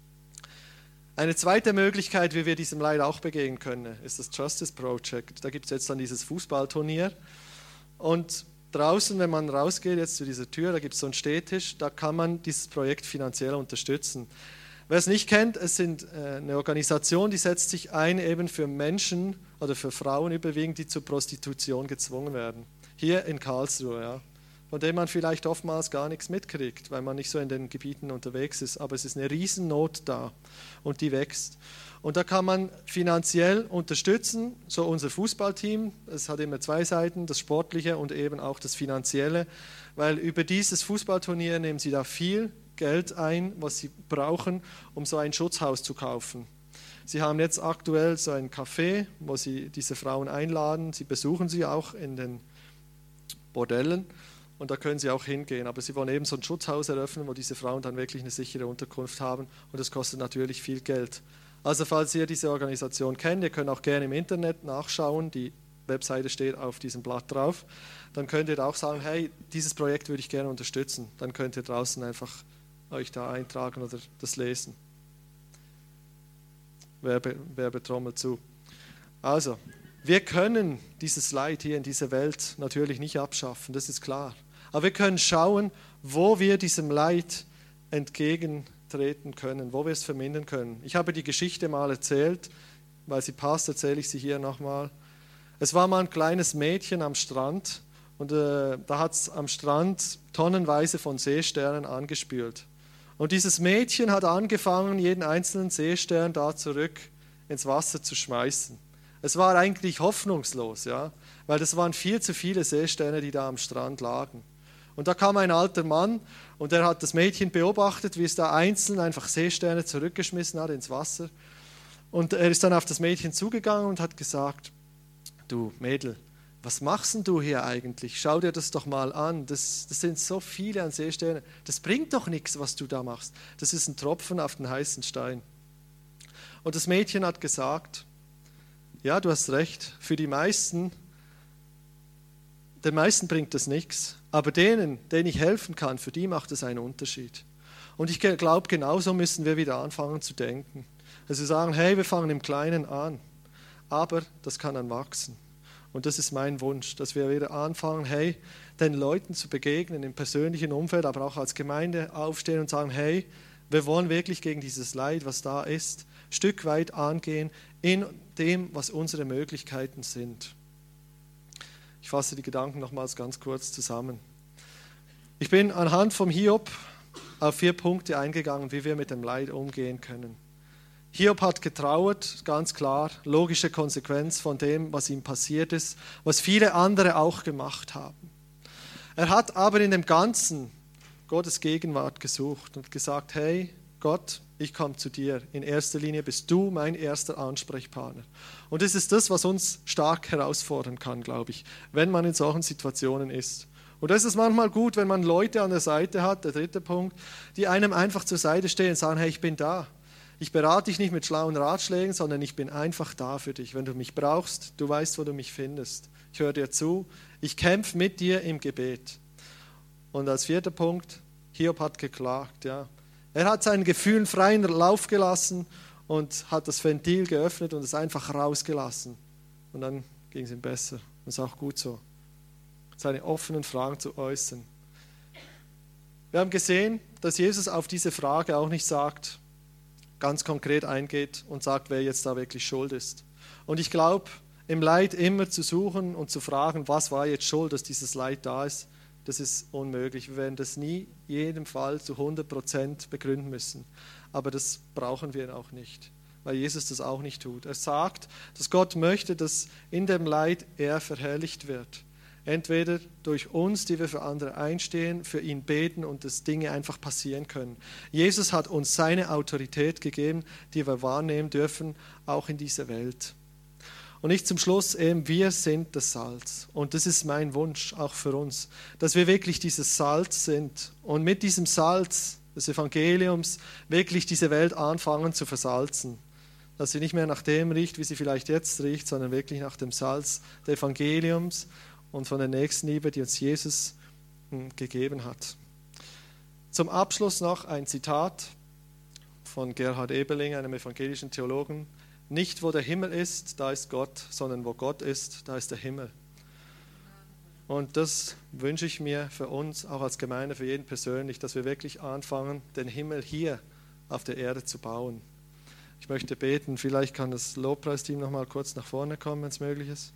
Eine zweite Möglichkeit, wie wir diesem Leid auch begegnen können, ist das Justice Project. Da gibt es jetzt dann dieses Fußballturnier. Und draußen, wenn man rausgeht, jetzt zu dieser Tür, da gibt es so einen Stehtisch, da kann man dieses Projekt finanziell unterstützen. Wer es nicht kennt, es sind eine Organisation, die setzt sich ein eben für Menschen oder für Frauen überwiegend, die zur Prostitution gezwungen werden. Hier in Karlsruhe, ja. Von dem man vielleicht oftmals gar nichts mitkriegt, weil man nicht so in den Gebieten unterwegs ist. Aber es ist eine Riesennot da und die wächst. Und da kann man finanziell unterstützen, so unser Fußballteam, es hat immer 2 Seiten, das Sportliche und eben auch das Finanzielle, weil über dieses Fußballturnier nehmen sie da viel Geld ein, was sie brauchen, um so ein Schutzhaus zu kaufen. Sie haben jetzt aktuell so ein Café, wo sie diese Frauen einladen, sie besuchen sie auch in den Bordellen. Und da können sie auch hingehen. Aber sie wollen eben so ein Schutzhaus eröffnen, wo diese Frauen dann wirklich eine sichere Unterkunft haben. Und das kostet natürlich viel Geld. Also falls ihr diese Organisation kennt, ihr könnt auch gerne im Internet nachschauen, die Webseite steht auf diesem Blatt drauf, dann könnt ihr auch sagen, hey, dieses Projekt würde ich gerne unterstützen. Dann könnt ihr draußen einfach euch da eintragen oder das lesen. Werbetrommel zu. Also, wir können dieses Leid hier in dieser Welt natürlich nicht abschaffen, das ist klar. Aber wir können schauen, wo wir diesem Leid entgegentreten können, wo wir es vermindern können. Ich habe die Geschichte mal erzählt, weil sie passt, erzähle ich sie hier nochmal. Es war mal ein kleines Mädchen am Strand und da hat es am Strand tonnenweise von Seesternen angespült. Und dieses Mädchen hat angefangen, jeden einzelnen Seestern da zurück ins Wasser zu schmeißen. Es war eigentlich hoffnungslos, ja, weil das waren viel zu viele Seesterne, die da am Strand lagen. Und da kam ein alter Mann und der hat das Mädchen beobachtet, wie es da einzeln einfach Seesterne zurückgeschmissen hat ins Wasser. Und er ist dann auf das Mädchen zugegangen und hat gesagt, du Mädel, was machst denn du hier eigentlich? Schau dir das doch mal an. Das sind so viele an Seesternen. Das bringt doch nichts, was du da machst. Das ist ein Tropfen auf den heißen Stein. Und das Mädchen hat gesagt, ja, du hast recht, für den meisten bringt das nichts, aber denen ich helfen kann, für die macht es einen Unterschied. Und ich glaube, genauso müssen wir wieder anfangen zu denken. Also sagen, hey, wir fangen im Kleinen an, aber das kann dann wachsen. Und das ist mein Wunsch, dass wir wieder anfangen, hey, den Leuten zu begegnen, im persönlichen Umfeld, aber auch als Gemeinde aufstehen und sagen, hey, wir wollen wirklich gegen dieses Leid, was da ist, ein Stück weit angehen in dem, was unsere Möglichkeiten sind. Ich fasse die Gedanken nochmals ganz kurz zusammen. Ich bin anhand vom Hiob auf 4 Punkte eingegangen, wie wir mit dem Leid umgehen können. Hiob hat getrauert, ganz klar, logische Konsequenz von dem, was ihm passiert ist, was viele andere auch gemacht haben. Er hat aber in dem Ganzen Gottes Gegenwart gesucht und gesagt, hey Gott, ich komme zu dir. In erster Linie bist du mein erster Ansprechpartner. Und das ist das, was uns stark herausfordern kann, glaube ich, wenn man in solchen Situationen ist. Und da ist es manchmal gut, wenn man Leute an der Seite hat, der 3. Punkt, die einem einfach zur Seite stehen und sagen, hey, ich bin da. Ich berate dich nicht mit schlauen Ratschlägen, sondern ich bin einfach da für dich. Wenn du mich brauchst, du weißt, wo du mich findest. Ich höre dir zu, ich kämpfe mit dir im Gebet. Und als 4. Punkt, Hiob hat geklagt. Ja. Er hat seinen Gefühlen freien Lauf gelassen und hat das Ventil geöffnet und es einfach rausgelassen. Und dann ging es ihm besser. Das ist auch gut so. Seine offenen Fragen zu äußern. Wir haben gesehen, dass Jesus auf diese Frage auch nicht sagt, ganz konkret eingeht und sagt, wer jetzt da wirklich schuld ist. Und ich glaube, im Leid immer zu suchen und zu fragen, was war jetzt schuld, dass dieses Leid da ist, das ist unmöglich. Wir werden das nie jedem Fall zu 100% begründen müssen. Aber das brauchen wir auch nicht, weil Jesus das auch nicht tut. Er sagt, dass Gott möchte, dass in dem Leid er verherrlicht wird. Entweder durch uns, die wir für andere einstehen, für ihn beten und dass Dinge einfach passieren können. Jesus hat uns seine Autorität gegeben, die wir wahrnehmen dürfen, auch in dieser Welt. Und ich zum Schluss eben, wir sind das Salz. Und das ist mein Wunsch auch für uns, dass wir wirklich dieses Salz sind und mit diesem Salz des Evangeliums wirklich diese Welt anfangen zu versalzen. Dass sie nicht mehr nach dem riecht, wie sie vielleicht jetzt riecht, sondern wirklich nach dem Salz des Evangeliums und von der Nächstenliebe, die uns Jesus gegeben hat. Zum Abschluss noch ein Zitat von Gerhard Ebeling, einem evangelischen Theologen. Nicht wo der Himmel ist, da ist Gott, sondern wo Gott ist, da ist der Himmel. Und das wünsche ich mir für uns, auch als Gemeinde, für jeden persönlich, dass wir wirklich anfangen, den Himmel hier auf der Erde zu bauen. Ich möchte beten, vielleicht kann das Lobpreisteam noch mal kurz nach vorne kommen, wenn es möglich ist.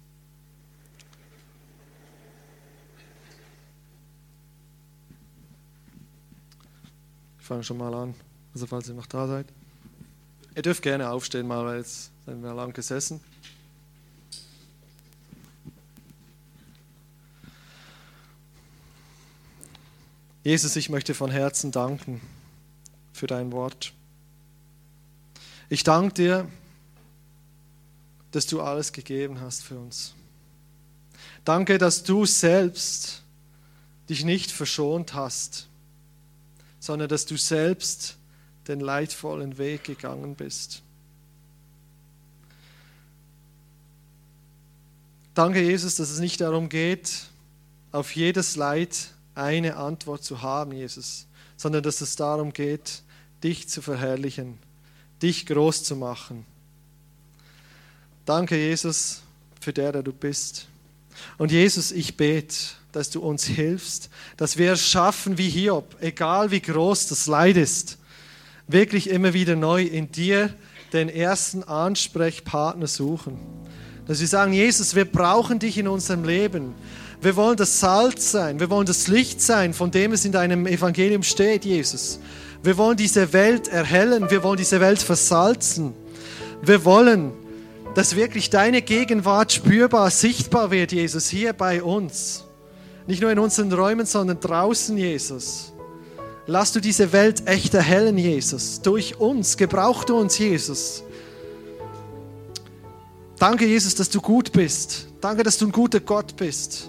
Ich fange schon mal an, also falls ihr noch da seid. Ihr dürft gerne aufstehen mal, weil jetzt sind wir lang gesessen. Jesus, ich möchte von Herzen danken für dein Wort. Ich danke dir, dass du alles gegeben hast für uns. Danke, dass du selbst dich nicht verschont hast, sondern dass du selbst den leidvollen Weg gegangen bist. Danke, Jesus, dass es nicht darum geht, auf jedes Leid eine Antwort zu haben, Jesus, sondern dass es darum geht, dich zu verherrlichen, dich groß zu machen. Danke, Jesus, für der du bist. Und Jesus, ich bete, dass du uns hilfst, dass wir es schaffen wie Hiob, egal wie groß das Leid ist, wirklich immer wieder neu in dir den ersten Ansprechpartner suchen. Dass wir sagen, Jesus, wir brauchen dich in unserem Leben. Wir wollen das Salz sein, wir wollen das Licht sein, von dem es in deinem Evangelium steht, Jesus. Wir wollen diese Welt erhellen, wir wollen diese Welt versalzen. Wir wollen, dass wirklich deine Gegenwart spürbar, sichtbar wird, Jesus, hier bei uns. Nicht nur in unseren Räumen, sondern draußen, Jesus. Lass du diese Welt echt erhellen, Jesus. Durch uns, gebrauch du uns, Jesus. Danke, Jesus, dass du gut bist. Danke, dass du ein guter Gott bist.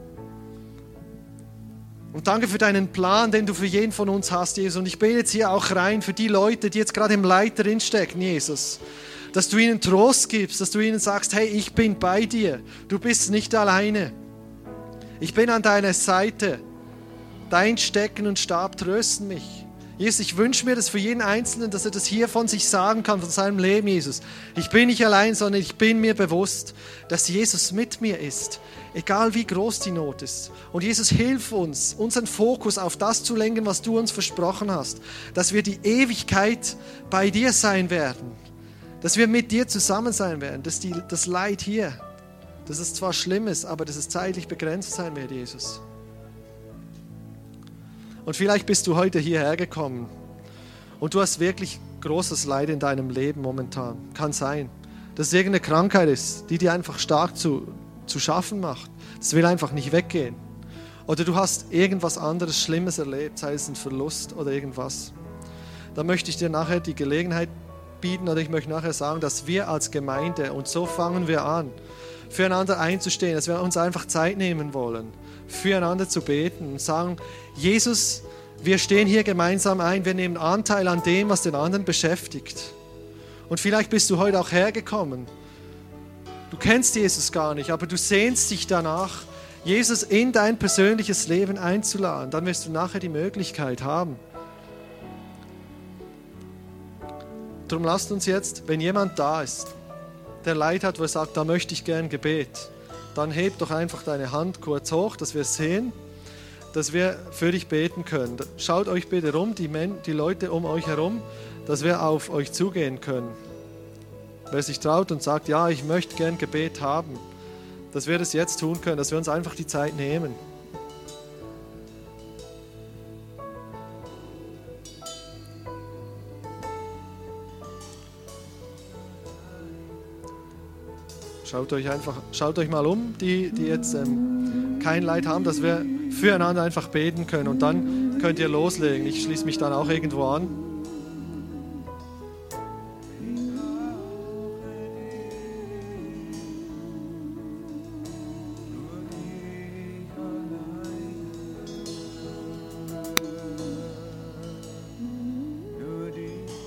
Und danke für deinen Plan, den du für jeden von uns hast, Jesus. Und ich bete jetzt hier auch rein für die Leute, die jetzt gerade im Leid drinstecken, Jesus. Dass du ihnen Trost gibst, dass du ihnen sagst, hey, ich bin bei dir. Du bist nicht alleine. Ich bin an deiner Seite. Dein Stecken und Stab trösten mich. Jesus, ich wünsche mir das für jeden Einzelnen, dass er das hier von sich sagen kann, von seinem Leben, Jesus. Ich bin nicht allein, sondern ich bin mir bewusst, dass Jesus mit mir ist, egal wie groß die Not ist. Und Jesus, hilf uns, unseren Fokus auf das zu lenken, was du uns versprochen hast, dass wir die Ewigkeit bei dir sein werden, dass wir mit dir zusammen sein werden, dass das Leid hier, dass es zwar schlimm ist, aber dass es zeitlich begrenzt sein wird, Jesus. Und vielleicht bist du heute hierher gekommen und du hast wirklich großes Leid in deinem Leben momentan. Kann sein, dass es irgendeine Krankheit ist, die dir einfach stark zu schaffen macht. Das will einfach nicht weggehen. Oder du hast irgendwas anderes Schlimmes erlebt, sei es ein Verlust oder irgendwas. Da möchte ich dir nachher die Gelegenheit bieten oder ich möchte nachher sagen, dass wir als Gemeinde, und so fangen wir an, füreinander einzustehen, dass wir uns einfach Zeit nehmen wollen, füreinander zu beten und sagen, Jesus, wir stehen hier gemeinsam ein, wir nehmen Anteil an dem, was den anderen beschäftigt. Und vielleicht bist du heute auch hergekommen. Du kennst Jesus gar nicht, aber du sehnst dich danach, Jesus in dein persönliches Leben einzuladen. Dann wirst du nachher die Möglichkeit haben. Darum lasst uns jetzt, wenn jemand da ist, der Leid hat, wo er sagt, da möchte ich gern Gebet, dann heb doch einfach deine Hand kurz hoch, dass wir sehen, dass wir für dich beten können. Schaut euch bitte rum, die Leute um euch herum, dass wir auf euch zugehen können. Wer sich traut und sagt, ja, ich möchte gern Gebet haben, dass wir das jetzt tun können, dass wir uns einfach die Zeit nehmen. Schaut euch mal um, die jetzt kein Leid haben, dass wir füreinander einfach beten können und dann könnt ihr loslegen. Ich schließe mich dann auch irgendwo an.